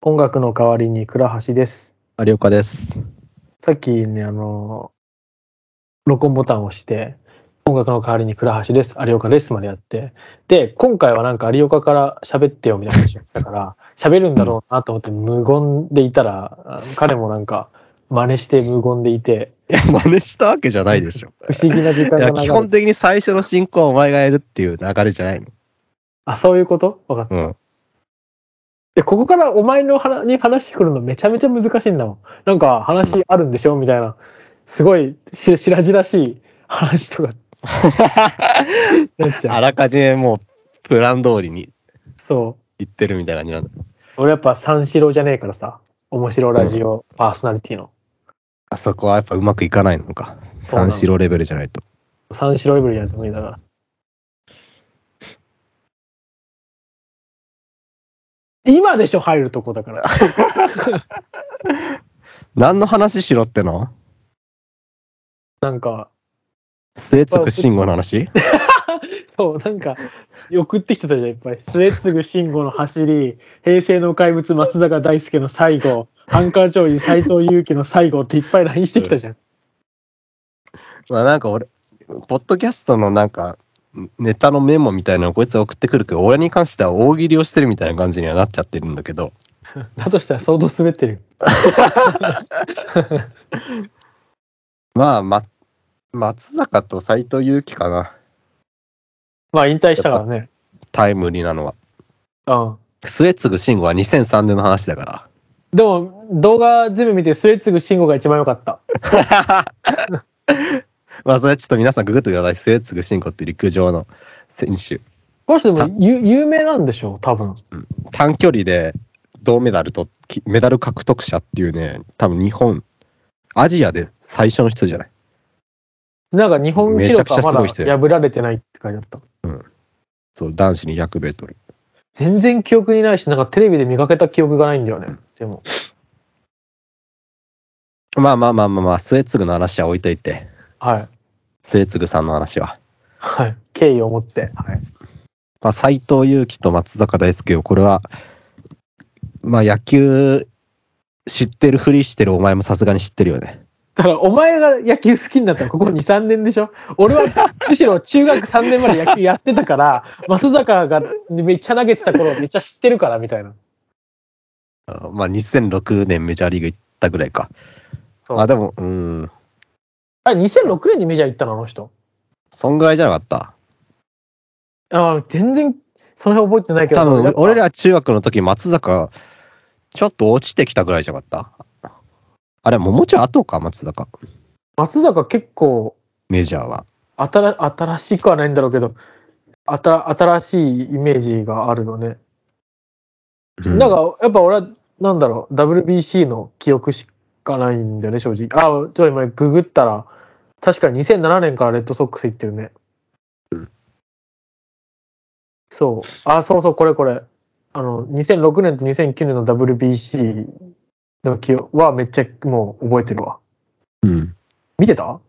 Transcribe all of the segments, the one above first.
音楽の代わりに倉橋です。 有岡です。 さっきね、録音ボタンを押して、音楽の代わりに倉橋です、有岡ですまでやって、で、今回はなんか有岡から喋ってよみたいな話だったから、喋るんだろうなと思って無言でいたら、彼もなんか真似して無言でいて。 いや、真似したわけじゃないでしょ。 不思議な時間が流れて。 いや、基本的に最初の進行はお前がやるっていう流れじゃないの。 あ、そういうこと？分かった。 うん。 で、ここからお前のに話来るのめちゃめちゃ難しいんだもん。なんか話あるんでしょみたいな。すごい白々しい話とかなっちゃう。 あらかじめもうプラン通りにそう言ってるみたいな感じなんだ。 俺やっぱ三四郎じゃねえからさ、面白ラジオパーソナリティの。 あそこはやっぱうまくいかないのか。三四郎レベルじゃないと。 三四郎レベルじゃないと無理だから。今でしょ入るとこだから。 何の話しろっての？ なんか末次慎吾の話？ そうなんか送ってきてたじゃんいっぱい。末次慎吾の走り、平成の怪物松坂大輔の最後、ハンカー長寿斎藤佑樹の最後っていっぱい LINE してきたじゃん。 まあなんか俺ポッドキャストのなんかネタのメモみたいなのこいつは送ってくるけど、俺に関しては大喜利をしてるみたいな感じにはなっちゃってるんだけど。 だとしたら相当滑ってる。 まあ、松坂と斎藤佑樹かな。 まあ引退したからね。 タイムリーなのは。 うん。 末次慎吾は2003年の話だから。 でも動画全部見て末次慎吾が一番良かった。 まあそれちょっと皆さんググってください。末次慎吾って陸上の選手。 この人でも有名なんでしょ多分、 うん。短距離で銅メダルとメダル獲得者っていうね、多分日本アジアで最初の人じゃない。 なんか日本記録はまだ破られてないって書いてあった。 うん。そう男子200メートル。 全然記憶にないし、なんかテレビで見かけた記憶がないんだよね。でもまあ末次の話は置いといて。 はい。 末次さんの話は。 はい。敬意を持って。はい。 まあ斎藤佑樹と松坂大輔をこれはまあ野球知ってるふりしてるお前もさすがに知ってるよね。 だからお前が野球好きになったのここ 2,3 年でしょ。俺はむしろ中学3年まで野球やってたから松坂がめっちゃ投げてた頃めっちゃ知ってるからみたいな。 まあ2006年メジャーリーグ行ったぐらいか。あでもあれ2006年にメジャー行ったのあの人。 そんぐらいじゃなかった。 あ全然その辺覚えてないけど。 多分俺ら中学の時松坂ちょっと落ちてきたぐらいじゃなかった。あれもうちょい後か松坂。 松坂結構メジャーは新しくはないんだろうけど新しいイメージがあるのね、うん、なんかやっぱ俺はなんだろう WBC の記憶しかないんだよね正直。ちょっと今ググったら確か2007年からレッドソックス行ってるね、うん、そうこれ2006年と2009年の WBC の記憶はめっちゃもう覚えてるわ。 うん見てた？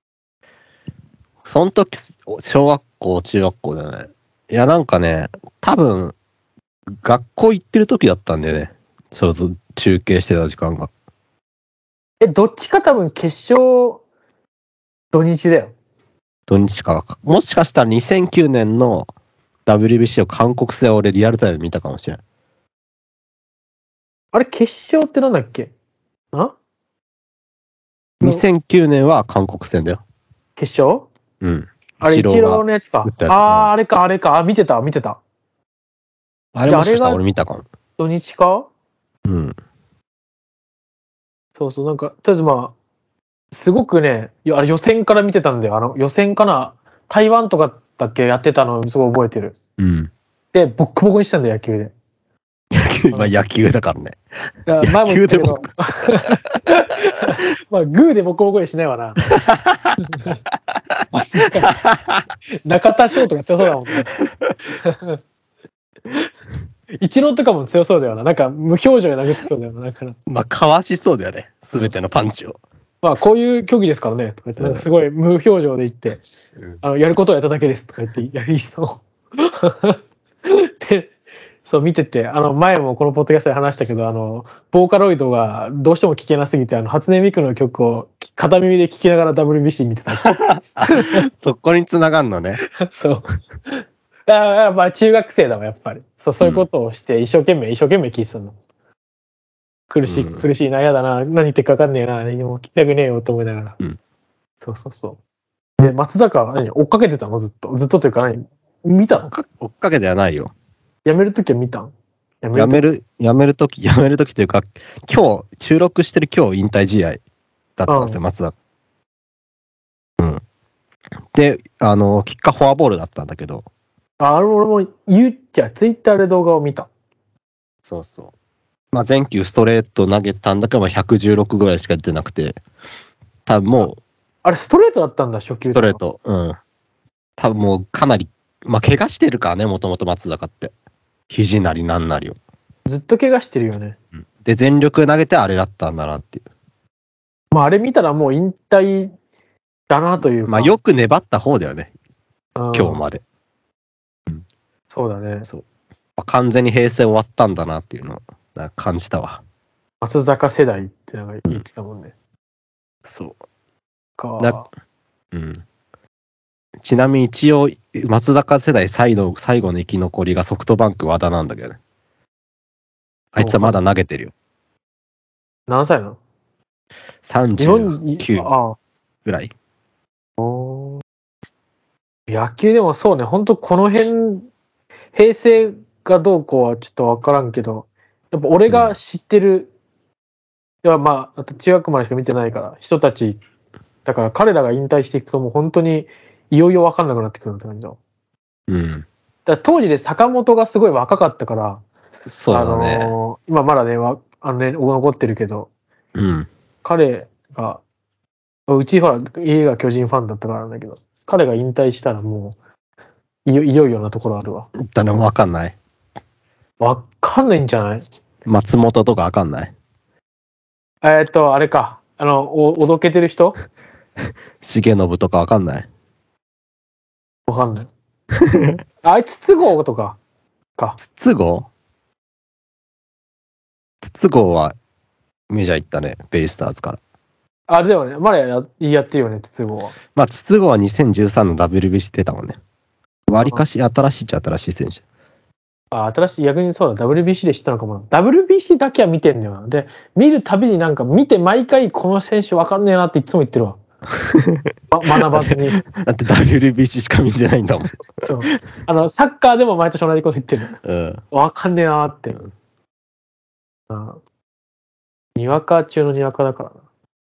その時小学校中学校だね。いやなんかね多分学校行ってる時だったんだよね。ちょうど中継してた時間が。 どっちか多分決勝土日だよ。 土日か。もしかしたら2009年の WBC を韓国戦俺リアルタイムで見たかもしれない。 あれ決勝ってなんだっけ ？2009年は韓国戦だよ。 決勝？ うん。 あれイチローのやつか。あれか。見てた。 あれもしかしたら俺見たかも。 土日か？ うん。 そうなんかとりあえずまあすごくねあれ予選から見てたんだよ。予選かな台湾とかだっけやってたのすごい覚えてる。 うん。 でボッコボコにしたんだよ野球で。 まあ野球だからね。 前も言ったけどまあグーでボコボコにしないわな。中田翔とか強そうだもんね。イチローとかも強そうだよな。なんか無表情で投げてそうだよな。なんかまあかわしそうだよね。全てのパンチを。 まあこういう競技ですからねとか言ってなんかすごい無表情で言って、やることをやっただけですとか言ってやりそう。でそう見てて、前もこのポッドキャストで話したけど、ボーカロイドがどうしても聴けなすぎて、初音ミクの曲を片耳で聴きながら WBC 見てた。 そこに繋がんのね。 そう。やっぱり中学生だわ、やっぱり。そういうことをして、一生懸命聴いてたの。苦しいな、嫌だな、何言ってるか分かんねえな、もう聞きたくねえよと思いながら。そう。で、松坂は追っかけてたのずっとというか見たの？ 追っかけではないよ。 やめるときは見たん？ やめるときというか、今日、収録してる今日引退試合だったんですよ、松坂。で、結果フォアボールだったんだけど。 俺もツイッターで動画を見た。 そうそう。まあ、全球ストレート投げたんだけど、116ぐらいしか出てなくて、多分もう。 あれ、ストレートだったんだ、初球。 ストレート。多分もうかなり、まあ、怪我してるからね、もともと松坂って。肘なりなんなりを。 ずっと怪我してるよね。 で、全力で投げてあれだったんだなっていう。 まあ、あれ見たらもう引退だなというか。 まあ、よく粘った方だよね。今日まで。 そうだね。 そう。完全に平成終わったんだなっていうのを感じたわ。 松坂世代ってなんか言ってたもんね。 そう。 ちなみに一応、松坂世代最後の生き残りがソフトバンク和田なんだけどね。あいつはまだ投げてるよ。 何歳なの？ 39ぐらい。 野球でもそうね、本当この辺、平成がどうこうはちょっと分からんけど、やっぱ俺が知ってる、まあ、中学までしか見てないから人たちだから、彼らが引退していくともう本当にいよいよ分かんなくなってくるって感じだ。だから当時で坂本がすごい若かったから、 そうだね。 今まだね残ってるけど、彼がうちほら家が巨人ファンだったからなんだけど、彼が引退したらもういよいよなところあるわ。 誰も分かんない。 分かんないんじゃない？ 松本とか分かんない？ あれか、おどけてる人？ 重信とか分かんない？ 分かんない。あいつ筒香とかか。 筒香はメジャー行ったね、ベイスターズから。 あれだよね、まだやってるよね、筒香は。 まあ、筒香は2013の WBC 出たもんね。わりかし新しいっちゃ新しい選手。 新しい、逆にそうだ、WBC で知ったのかも。WBC だけは見てんだよな。で、見るたびになんか見て毎回この選手分かんねえなっていつも言ってるわ。学ばずに。 だって WBC しか見てないんだもん。 そう。サッカーでも毎年同じこと言ってる。分かんねえなって。にわか中のにわかだからな。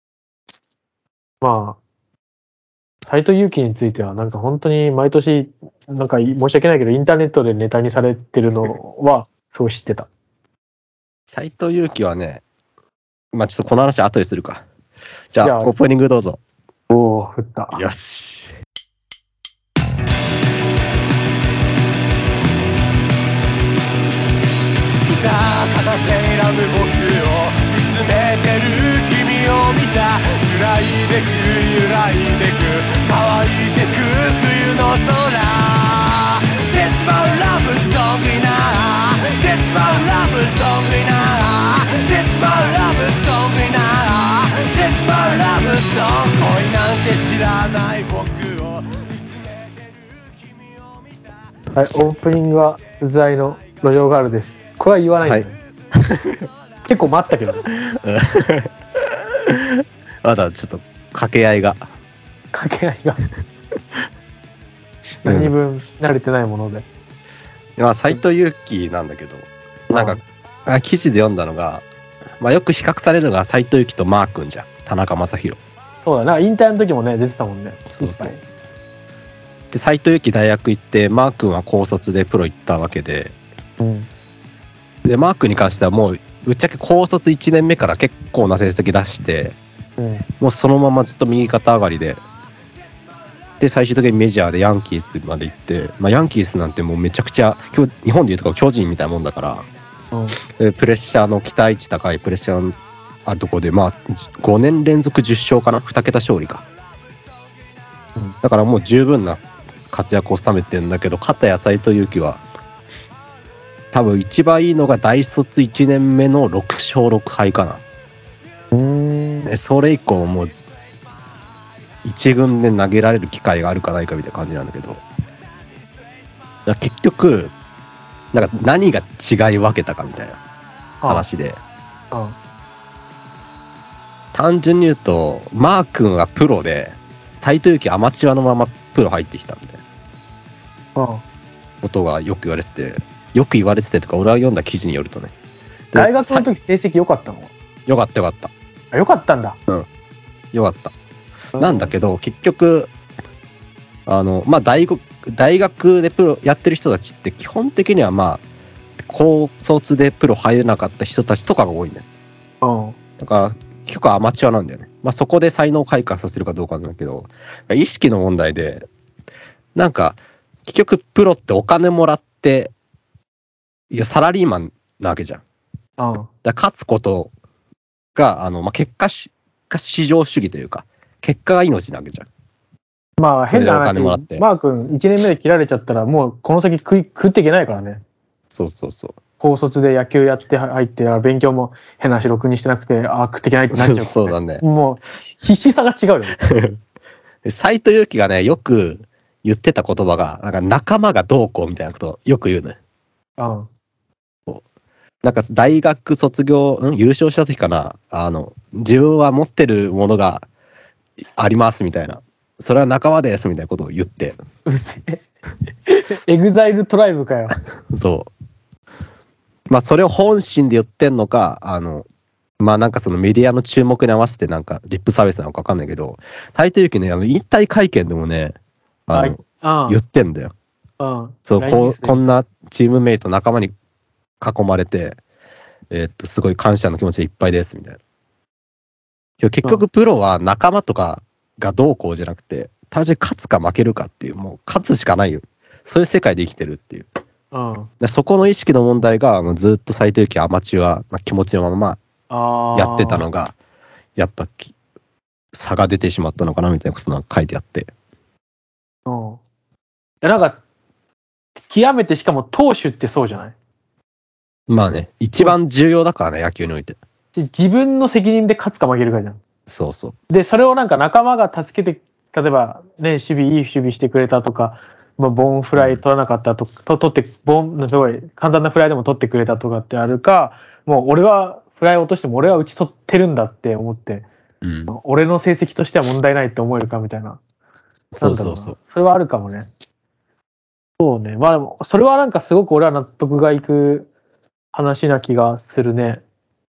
まあ、斎藤佑樹についてはなんか本当に毎年なんか申し訳ないけどインターネットでネタにされてるのはすごい知ってた。 斎藤佑樹はね、まあちょっとこの話後でするか。じゃあオープニングどうぞ。 おお、振った。 よし。 片手選ぶ僕を見つめてる君を見た。揺らいでく揺らいでく乾いてく冬の空。 This my love song にな This my love song にな This my love song にな This my love song。 恋なんて知らない僕を見つめてる君を見た。 はい、オープニングはうざいの路上ガールです。これは言わないんだよね。結構待ったけどね。 まだちょっと掛け合いが何分慣れてないもので。 まあ斎藤佑樹なんだけど、なんか記事で読んだのが、まあよく比較されるのが斎藤佑樹とマー君じゃん、田中将大。 そうだな、引退の時もね出てたもんね。 そうそう。で斎藤佑樹大学行ってマー君は高卒でプロ行ったわけで、でマー君に関してはもうぶっちゃけ高卒1年目から結構な成績出して、もうそのままずっと右肩上がりで、で最終的にメジャーでヤンキースまで行って、まあ、ヤンキースなんてもうめちゃくちゃ日本でいうとこ巨人みたいなもんだから、でプレッシャーの期待値高いプレッシャーのあるところで、まあ5年連続10勝かな、2桁勝利か、だからもう十分な活躍を収めてるんだけど、片や斎藤佑樹は多分一番いいのが大卒1年目の6勝6敗かな。でそれ以降もう一軍で投げられる機会があるかないかみたいな感じなんだけど、だ結局なんか何が違い分けたかみたいな話で、単純に言うとマー君はプロで斎藤佑樹アマチュアのままプロ入ってきたんで、ことがよく言われててとか俺は読んだ記事によるとね。 大学の時成績良かったの？ よかった。 あ、良かったんだ。 よかった。なんだけど結局まあ大学でプロやってる人たちって基本的にはまあ高卒でプロ入れなかった人たちとかが多いんだよ。だから結構アマチュアなんだよね。まあそこで才能を開花させるかどうかなんだけど、意識の問題でなんか結局プロってお金もらってサラリーマンなわけじゃん。だから勝つことがまあ結果至上主義というか結果が命なわけじゃん。 まあ変な話、マー君1年目で切られちゃったらもうこの先食っていけないからね。 そう。 高卒で野球やって入って勉強も変な話ろくにしてなくて食っていけないってなっちゃうから、ね。 そうだね。 もう必死さが違うよね。 斎藤佑樹がねよく言ってた言葉がなんか仲間がどうこうみたいなことをよく言うのよ。なんか大学卒業優勝した時かな自分は持ってるものがありますみたいな、それは仲間ですみたいなことを言って、 エグザイルトライブかよ。 まあそれを本心で言ってんのかまあなんかそのメディアの注目に合わせてなんかリップサービスなのか分かんないけど、斎藤佑樹ね引退会見でもね言ってんだよ。そうこんなチームメイト仲間に囲まれてすごい感謝の気持ちでいっぱいですみたいな。結局プロは仲間とかがどうこうじゃなくて単純に勝つか負けるかっていうもう勝つしかないよ、そういう世界で生きてるっていう、でそこの意識の問題がずっと斎藤佑樹アマチュアな気持ちのままやってたのがやっぱ差が出てしまったのかなみたいなことが書いてあって、 なんか極めてしかも投手ってそうじゃない？ まあね一番重要だからね野球において。 自分の責任で勝つか負けるかじゃん。 そうでそれをなんか仲間が助けて例えばねいい守備してくれたとか、まあ、ボーンフライ取らなかったとか、取ってすごい簡単なフライでも取ってくれたとかってあるか、もう俺はフライ落としても俺は打ち取ってるんだって思って、俺の成績としては問題ないって思えるかみたいな。 そうそれはあるかもね。そうね。まあでもそれはなんかすごく俺は納得がいく話な気がするね。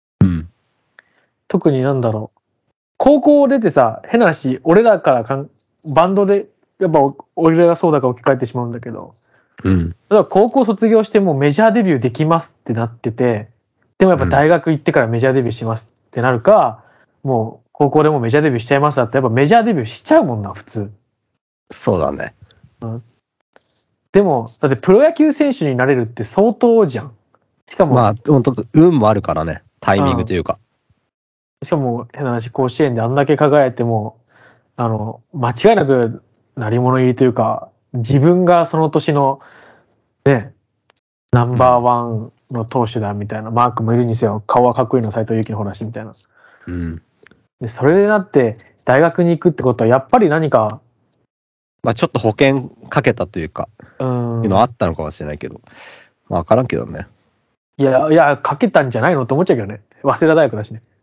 特になんだろう、高校出てさ変な話俺らからバンドでやっぱ俺らがそうだから置き換えてしまうんだけど、例えば高校卒業してもうメジャーデビューできますってなってて、でもやっぱ大学行ってからメジャーデビューしますってなるか、もう高校でもメジャーデビューしちゃいますだってやっぱメジャーデビューしちゃうもんな普通。 そうだね。 でもだってプロ野球選手になれるって相当じゃん。しかもまあ本当運もあるからね、タイミングというか。 しかも変な話甲子園であんだけ輝いても間違いなく鳴り物入りというか自分がその年のねナンバーワンの投手だみたいな、マークもいるにせよ顔はかっこいいの斎藤佑樹の話みたいな、でそれでなって大学に行くってことはやっぱり何かまあちょっと保険かけたというかいうのあったのかもしれないけど、まあ分からんけどね。 いやかけたんじゃないのって思っちゃうけどね、早稲田大学だしね。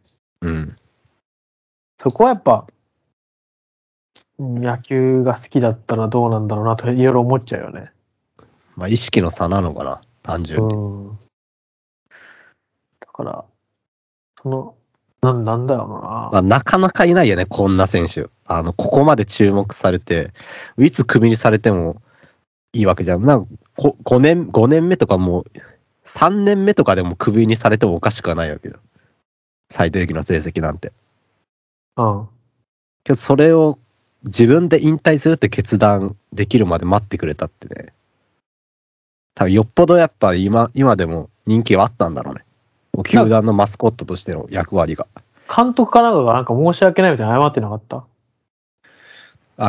そこはやっぱ野球が好きだったらどうなんだろうなといろいろ思っちゃうよね。 まあ意識の差なのかな単純に。 だからなんだろうな、 まあ、なかなかいないよねこんな選手。ここまで注目されていつクビにされてもいいわけじゃん。なんか5年目とかもう3年目とかでもクビにされてもおかしくはないわけだ。斎藤佑樹の成績なんて。けどそれを自分で引退するって決断できるまで待ってくれたってね、多分よっぽどやっぱ今でも人気はあったんだろうね。球団のマスコットとしての役割が。 監督かなんかがなんか申し訳ないみたいな謝ってなかった？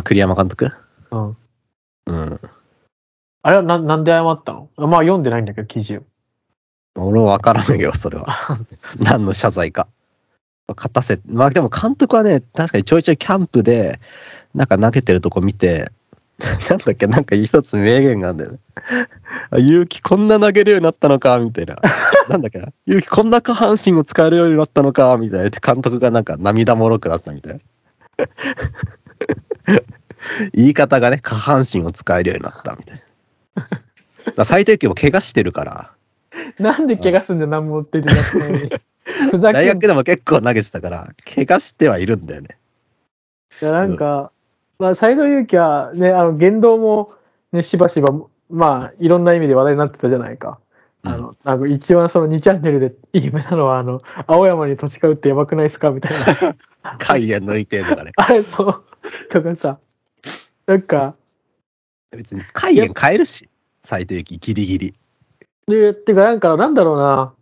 栗山監督？ あれはなんで謝ったの？まあ読んでないんだけど記事を。 俺は分からんよ、それは。何の謝罪か。勝たせ、まあでも監督はね、確かにちょいちょいキャンプで、なんか投げてるとこ見て、なんだっけ、なんか一つ名言があるんだよね。勇気こんな投げるようになったのか、みたいな。なんだっけな。勇気こんな下半身を使えるようになったのか、みたいな。監督がなんか涙もろくなったみたいな。言い方がね、下半身を使えるようになったみたいな。斉藤由貴も怪我してるから。 なんで怪我すんだよ、何も出てなくて。ふざけん大学でも結構投げてたから、怪我してはいるんだよね。 いやなんか、まあ、斉藤由貴はね、言動も、ね、しばしば、まあ、いろんな意味で話題になってたじゃないか。なんか一番その2チャンネルで有名なのは、青山に土地買うってやばくないですかみたいな。 海縁の利点とかね。 あれ、そう。とかさ、なんか。 別に海縁買えるし、斉藤由貴ギリギリ。 てか、なんだろうな。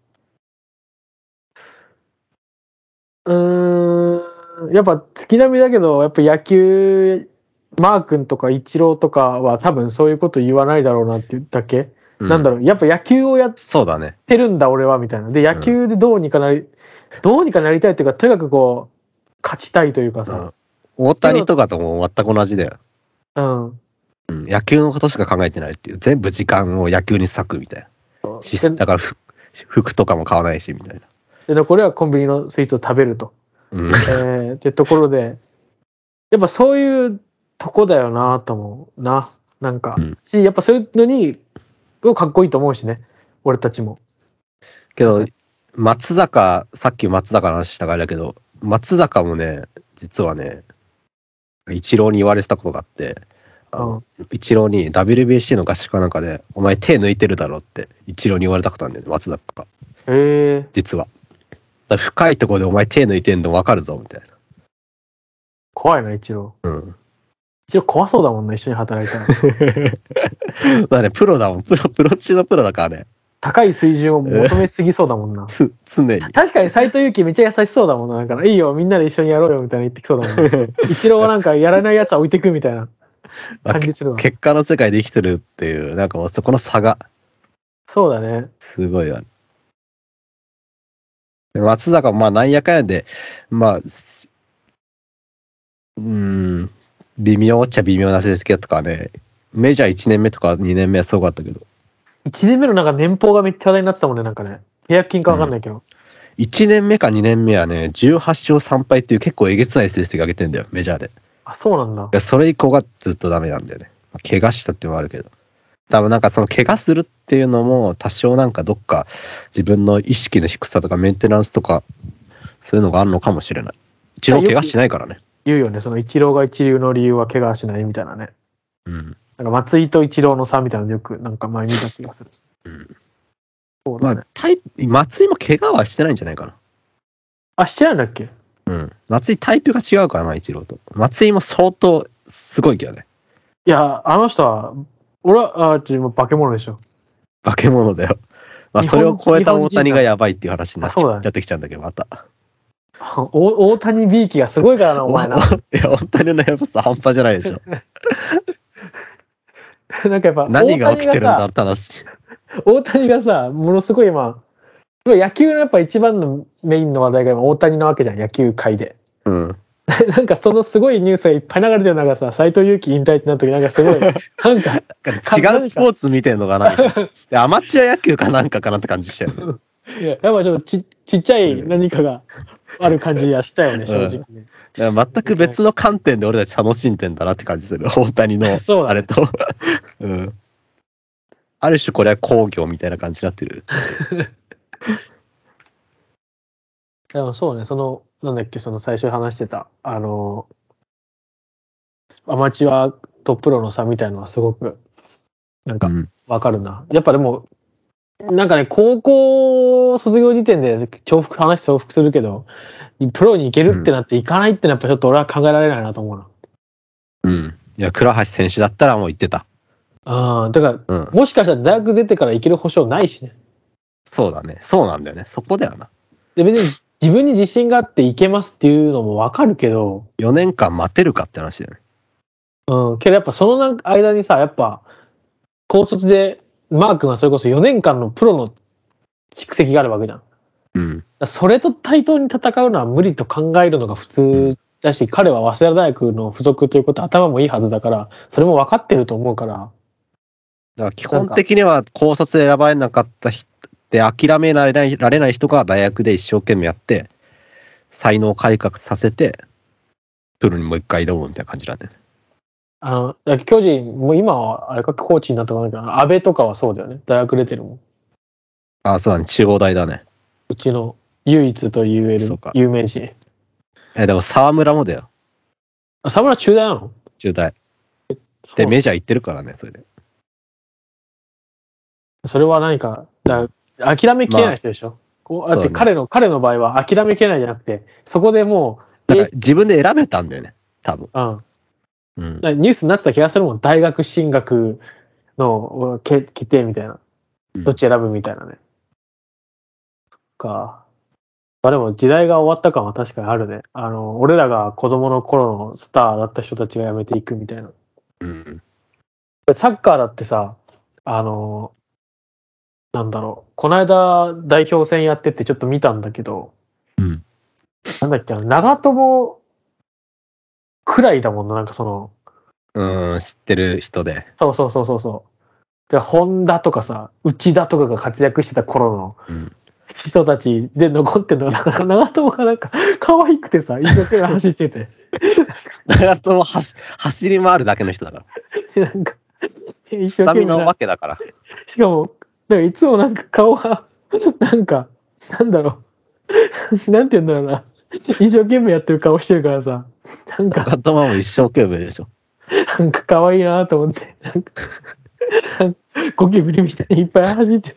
やっぱ月並みだけど、やっぱ野球、マー君とかイチローとかは多分そういうこと言わないだろうなって言ったっけ、なんだろう、やっぱ野球をやってるんだ俺はみたいな。で、野球でどうにかなりたいっていうか、とにかくこう、勝ちたいというかさ。 大谷とかとも全く同じだよ。野球のことしか考えてないっていう。全部時間を野球に割くみたいな。だから服とかも買わないしみたいな。 で残りはコンビニのスイーツを食べると。ってところで、やっぱそういうとこだよなと思うな。なんか、やっぱそういうのにかっこいいと思うしね、俺たちも。 けど、松坂、さっき松坂の話したからだけど、松坂もね、実はね、イチローに言われてたことがあって、イチローに WBC の合宿かなんかで、お前手抜いてるだろってイチローに言われたことあるんだよね、松坂が。実は。深いところでお前手抜いてんの分かるぞみたいな。 怖いな、イチロー。イチロー怖そうだもんな、一緒に働いたら。 だね、プロだもん。プロ中のプロだからね。 高い水準を求めすぎそうだもんな。 常に。 確かに斉藤由貴めっちゃ優しそうだもんな。なんかいいよ、みんなで一緒にやろうよみたいな言ってきそうだもんね。イチローはなんかやらないやつは置いてくみたいな感じするわ。 結果の世界で生きてるっていう、なんかもうそこの差が。 そうだね。 すごいわ。松坂もまあなんやかんやで、まあ、微妙っちゃ微妙な成績だったからね、メジャー1年目とか2年目はすごかったけど。 1年目のなんか年俸がめっちゃ話題になってたもんね、なんかね。契約金か分かんないけど。 1年目か2年目はね、18勝3敗っていう結構えげつない成績上げてんだよ、メジャーで。 あ、そうなんだ。 いや、それ以降がずっとダメなんだよね。怪我したっていうのもあるけど。多分なんかその怪我するっていうのも多少なんかどっか自分の意識の低さとかメンテナンスとかそういうのがあるのかもしれない。イチロー怪我しないからね。 言うよね、そのイチローが一流の理由は怪我しないみたいなね。なんか松井とイチローの差みたいなのよくなんか前見た気がする。そうだね。 松井も怪我はしてないんじゃないかな。 あ、してないんだっけ？ 松井タイプが違うからな、イチローと。松井も相当すごいけどね。 いや、あの人は俺は化け物でしょ。 化け物だよ。まあそれを超えた大谷がやばいっていう話になってきちゃうんだけど、また。 大谷ビーキがすごいからな、お前な。 いや、大谷のやばさ半端じゃないでしょ。 なんかやっぱ何が起きてるんだって話。 大谷がさ、ものすごい今野球のやっぱ一番のメインの話題が大谷なわけじゃん、野球界で。なんかそのすごいニュースがいっぱい流れてる中さ、斉藤由貴引退ってなった時なんかすごいなんか違うスポーツ見てんのかな。アマチュア野球かなんかかなって感じしたよ。 いや、やっぱちょっとちっちゃい何かがある感じがしたよね、正直ね。 全く別の観点で俺たち楽しんでんだなって感じする、大谷のあれと。ある種これは工業みたいな感じになってる。 でもそうね、なんだっけ、その最初に話してたアマチュアとプロの差みたいなのはすごくなんか分かるな。やっぱでもなんかね、高校卒業時点で話重複するけど、プロに行けるってなって行かないってのはやっぱちょっと俺は考えられないなと思うな。 いや、倉橋選手だったらもう行ってた。 だから、もしかしたら大学出てから行ける保証ないしね。 そうだね。そうなんだよね。そこだよな。 で、別に自分に自信があって行けますっていうのも分かるけど。 4年間待てるかって話だよね。 けどやっぱその間にさ、やっぱ、高卒で、マー君はそれこそ4年間のプロの蓄積があるわけじゃん。 うん。 それと対等に戦うのは無理と考えるのが普通だし、彼は早稲田大学の付属ということは頭もいいはずだから、それも分かってると思うから。 だから基本的には高卒で選ばれなかった人で諦められない人が大学で一生懸命やって、才能改革させて、プロにもう一回挑むみたいな感じなんだよね。 巨人、もう今はあれか、コーチになったかなんか、安倍とかはそうだよね。大学出てるもん。 あ、そうだね。中央大だね。 うちの唯一と言える有名人。 でも沢村もだよ。 沢村中大なの？ 中大。で、メジャー行ってるからね、それで。 それは何か、諦めきれない人でしょ。だって彼の場合は諦めきれないじゃなくて、そこでもう。だから自分で選べたんだよね、多分。 うん。ニュースになってた気がするもん。大学進学の決定みたいな。どっち選ぶみたいなね。まあでも時代が終わった感は確かにあるね。俺らが子供の頃のスターだった人たちが辞めていくみたいな。 うん。 サッカーだってさ、なんだろう。この間代表戦やっててちょっと見たんだけど、 うん。 なんだっけ、長友くらいだもんな、なんかその。 知ってる人で。 そう。で、本田とかさ、内田とかが活躍してた頃の人たちで残ってるのが、長友がなんか可愛くてさ、一生懸命走ってて。 長友走り回るだけの人だから。 なんか、 一生懸命。のわけだから。 しかも、いつもなんか顔が、なんか、なんだろう。なんて言うんだろうな。一生懸命やってる顔してるからさ、なんか。 頭も一生懸命でしょ。 なんか可愛いなと思って、なんか、ゴキブリみたいにいっぱい走って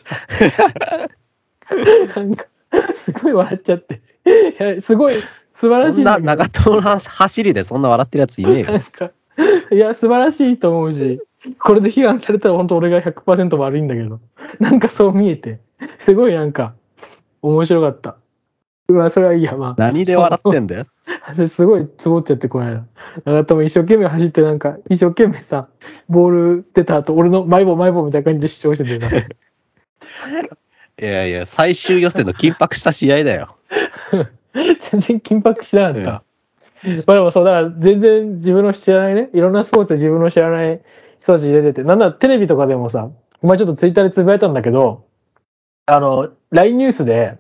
た。なんか、すごい笑っちゃって。いや、すごい、素晴らしい。そんな長友の走りでそんな笑ってるやついねえよ。 なんか、いや、素晴らしいと思うし、これで批判されたら本当俺が 100% 悪いんだけど、なんかそう見えて、すごいなんか、面白かった。まあ、それはいいや、まあ。 何で笑ってんだよ。 すごいつぼっちゃってこないな。長友一生懸命走ってなんか、一生懸命さ、ボール出た後、俺のマイボーみたいな感じで主張しててさ。 いや、最終予選の緊迫した試合だよ。 全然緊迫しなかった。まあでもそう、だから全然自分の知らないね、いろんなスポーツで自分の知らない人たち出てて、なんだテレビとかでもさ、お前ちょっとツイッターでつぶやいたんだけど、LINE ニュースで、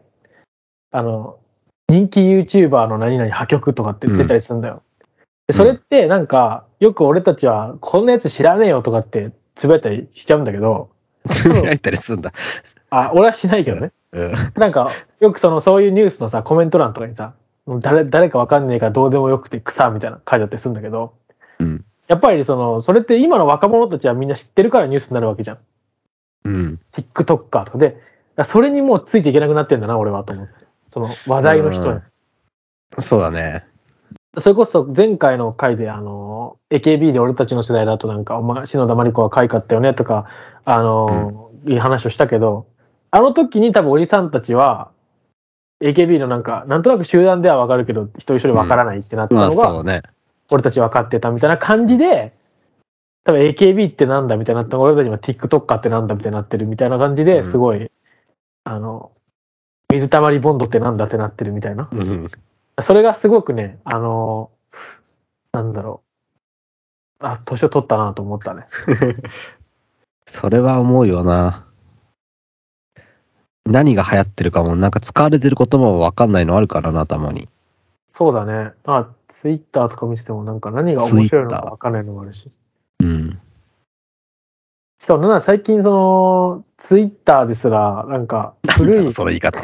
人気 YouTuber の何々破局とかって出たりするんだよ。でそれってなんか、よく俺たちはこんなやつ知らねえよとかってつぶやいたりしちゃうんだけど、 つぶやいたりするんだ。 俺はしないけどね。なんか、よくそういうニュースのさ、コメント欄とかにさ、誰かわかんねえからどうでもよくて草みたいな書いてあったりするんだけど、やっぱりそれって今の若者たちはみんな知ってるからニュースになるわけじゃん。TikToker とかで、それにもうついていけなくなってんだな、俺はと思って。その話題の人に。 そうだね。 それこそ前回の回でAKB で俺たちの世代だとなんか篠田麻里子は可愛かったよねとかいい話をしたけど、あの時に多分おじさんたちは AKB のなんとなく集団では分かるけど一人一人分からないってなったのが、俺たち分かってたみたいな感じで、多分 AKB ってなんだみたいになったのが俺たちも TikToker ってなんだみたいになってるみたいな感じですごい、水たまりボンドってなんだってなってるみたいな。それがすごくね、なんだろう。年を取ったなと思ったね。 それは思うよな。何が流行ってるかも、なんか使われてる言葉も分かんないのあるからな、たまに。 そうだね。Twitter とか見ててもなんか何が面白いのか分かんないのもあるし。しかも最近Twitter ですら、なんか古い。 その言い方。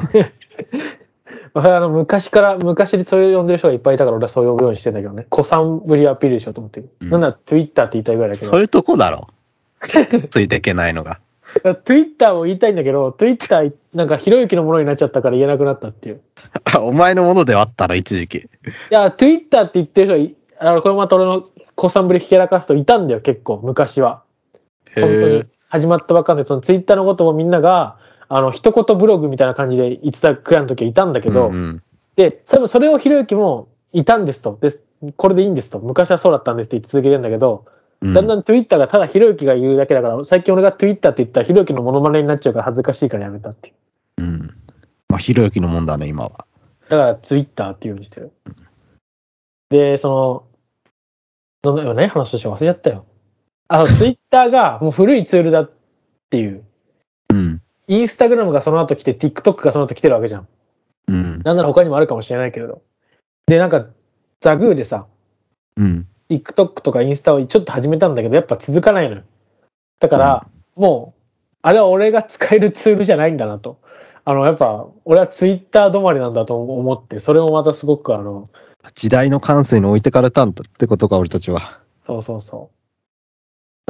昔でそういう呼んでる人がいっぱいいたから俺はそう呼ぶようにしてんだけどね。子さんぶりアピールしようと思ってる。なんなら Twitter って言いたいぐらいだけど。 そういうとこだろ。ついていけないのが。 Twitter も言いたいんだけど、Twitter なんかひろゆきのものになっちゃったから言えなくなったっていう。 お前のものではあったの、一時期。 いや、Twitter って言ってる人これまた俺の子さんぶりひけらかすといたんだよ、結構、昔は。本当に。始まったばっかりで、Twitter のこともみんなが、一言ブログみたいな感じで言ってたくらいの時はいたんだけど、で、それをひろゆきもいたんですと。で、これでいいんですと。昔はそうだったんですって言い続けてるんだけど、だんだん Twitter がただひろゆきが言うだけだから、最近俺が Twitter って言ったらひろゆきのモノマネになっちゃうから恥ずかしいからやめたっていう。 うん。まあ、ひろゆきのもんだね、今は。 だからツイッターっていうようにしてる。で、どのような話として忘れちゃったよ。ツイッターがもう古いツールだっていう。 うん。 インスタグラムがその後来て、TikTok がその後来てるわけじゃん。 うん。 なんなら他にもあるかもしれないけれど。で、なんか、ザグーでさ、 うん。 TikTok とかインスタをちょっと始めたんだけど、やっぱ続かないのよ。だから、もう、あれは俺が使えるツールじゃないんだなと。やっぱ、俺はツイッター止まりなんだと思って、それもまたすごく時代の感性に置いてかれたんだってことか、俺たちは。 そうそうそう。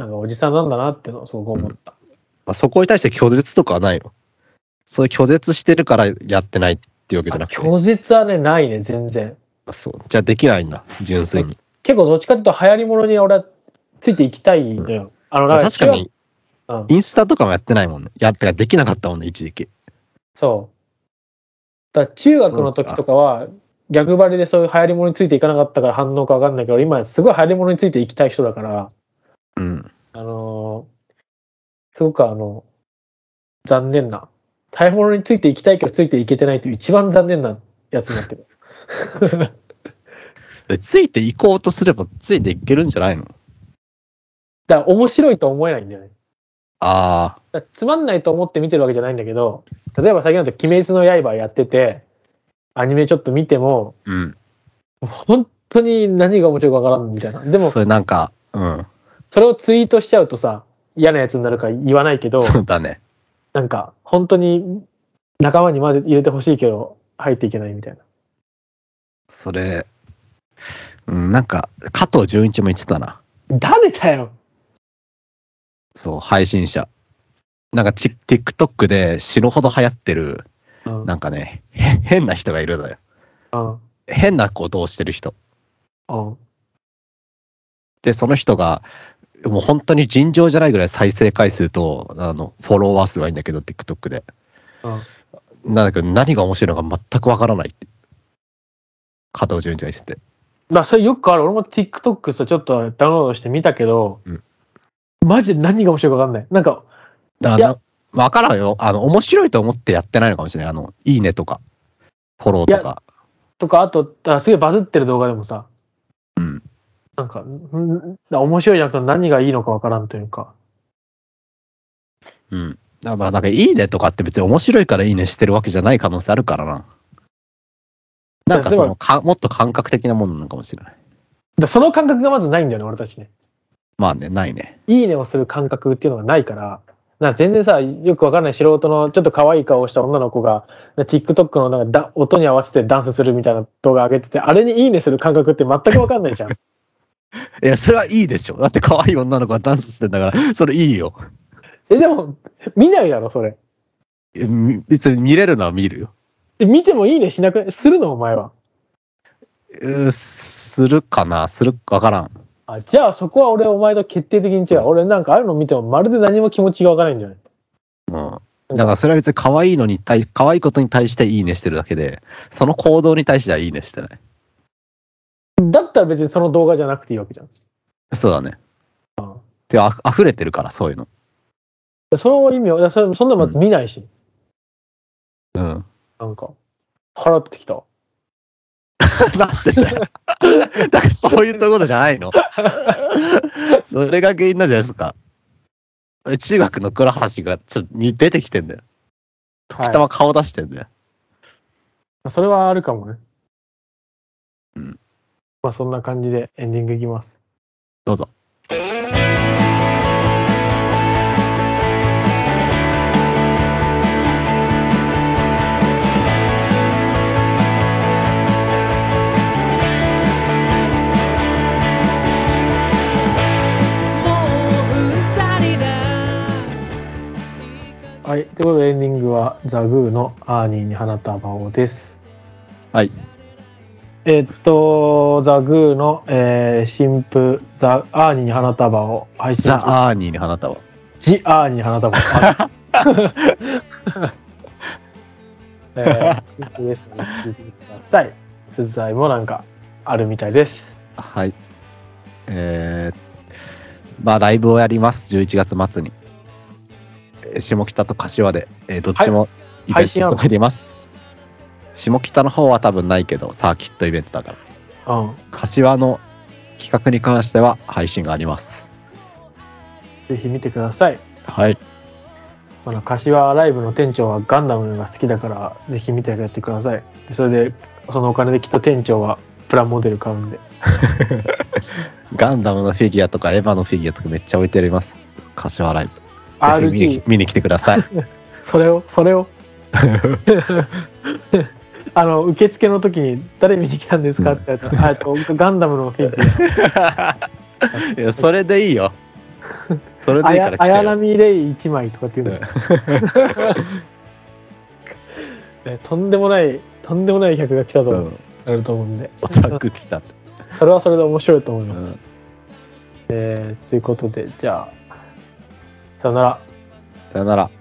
なんかおじさんなんだなってのをすごく思った。 まあ、そこに対して拒絶とかはないの？そういう拒絶してるからやってないっていうわけじゃなくて。 拒絶はね、ないね、全然。 そう。じゃあできないんだ、純粋に。 結構どっちかっていうと流行り物に俺はついていきたいのよ。 確かに、インスタとかもやってないもんね。できなかったもんね、一時期。 そう。だから中学の時とかは、逆張りでそういう流行り物についていかなかったから反応か分かんないけど、今すごい流行り物についていきたい人だから、 うん。 すごく残念な。流行り物についていきたいけどついていけてないという一番残念なやつになってる。 ついていこうとすればついていけるんじゃないの？ だから面白いと思えないんだよね。 ああ。 つまんないと思って見てるわけじゃないんだけど、例えば最近だと鬼滅の刃やってて、アニメちょっと見ても、 うん。 本当に何が面白いかわからんみたいな。でも、 それなんか、うん。 それをツイートしちゃうとさ、嫌なやつになるから言わないけど、 そうだね。 なんか、本当に仲間にまで入れてほしいけど、入っていけないみたいな。 それ、なんか、加藤純一も言ってたな。 誰だよ。 そう、配信者。なんか、TikTok で死ぬほど流行ってる、なんかね、変な人がいるのよ。変なことをしてる人。で、その人が、もう本当に尋常じゃないぐらい再生回数と、フォロワー数がいいんだけど、TikTok で。なんだけど、何が面白いのか全くわからないって。加藤純一が言ってて。 それよくある。俺も TikTok さ、ちょっとダウンロードして見たけど、マジで何が面白いかわかんない。なんか、 わからんよ。面白いと思ってやってないのかもしれない。いいねとか、フォローとか。 とか、あと、すげえバズってる動画でもさ、なんか、面白いじゃなくて何がいいのかわからんというか。 だからなんかいいねとかって別に面白いからいいねしてるわけじゃない可能性あるからな。なんかもっと感覚的なものなのかもしれない。 その感覚がまずないんだよね、俺たちね。 まあね、ないね。 いいねをする感覚っていうのがないから、全然さ、よくわかんない素人のちょっと可愛い顔をした女の子が、TikTok のなんか音に合わせてダンスするみたいな動画上げてて、あれにいいねする感覚って全くわかんないじゃん。 いや、それはいいでしょ。だって可愛い女の子がダンスしてんだから、それいいよ。 でも、見ないだろ、それ。 別に見れるのは見るよ。 見てもいいねしなくない？するのお前は。 するかな？わからん。 じゃあそこは俺お前と決定的に違う。俺なんかああいうの見てもまるで何も気持ちがわからないんじゃない？ だからそれは別に可愛いことに対していいねしてるだけで、その行動に対してはいいねしてない。 だったら別にその動画じゃなくていいわけじゃん。 そうだね。で、溢れてるからそういうの。 その意味を、そんなのまず見ないし。なんか、腹立ってきた。 なんでだよ。だからそういうところじゃないの。それが原因なんじゃないですか。中学の倉橋がちょっと出てきてんだよ。時たま顔出してんだよ。 それはあるかもね。まあそんな感じでエンディングいきます。 どうぞ。 はい、ということでエンディングはザグーのアーニーに花束をです。 はい。 ザグーの、新譜ザ・アーニーに花束を配信中。 ザ・アーニーに花束。 ジ・アーニーに花束。ですね。聞いてください。鈴材もなんかあるみたいです。 はい。まあライブをやります。11月末に。下北と柏で、どっちもイベントがあります。下北の方は多分ないけど、サーキットイベントだから。 うん。 柏の企画に関しては配信があります。 ぜひ見てください。 はい。 柏ライブの店長はガンダムが好きだから、ぜひ見てやってください。それで、そのお金できっと店長はプラモデル買うんで。 ガンダムのフィギュアとかエヴァのフィギュアとかめっちゃ置いてあります。柏ライブ。ぜひ見に来てください。 それを受付の時に誰見に来たんですかって言ったら、ガンダムのフィギュア。 いや、それでいいよ。それでいいから来てよ。 綾波レイ1枚とかって言うんですよ。とんでもない客が来たとなると思うんで。 オタク来たって。 それはそれで面白いと思います。ということで、じゃあ、さよなら。 さよなら。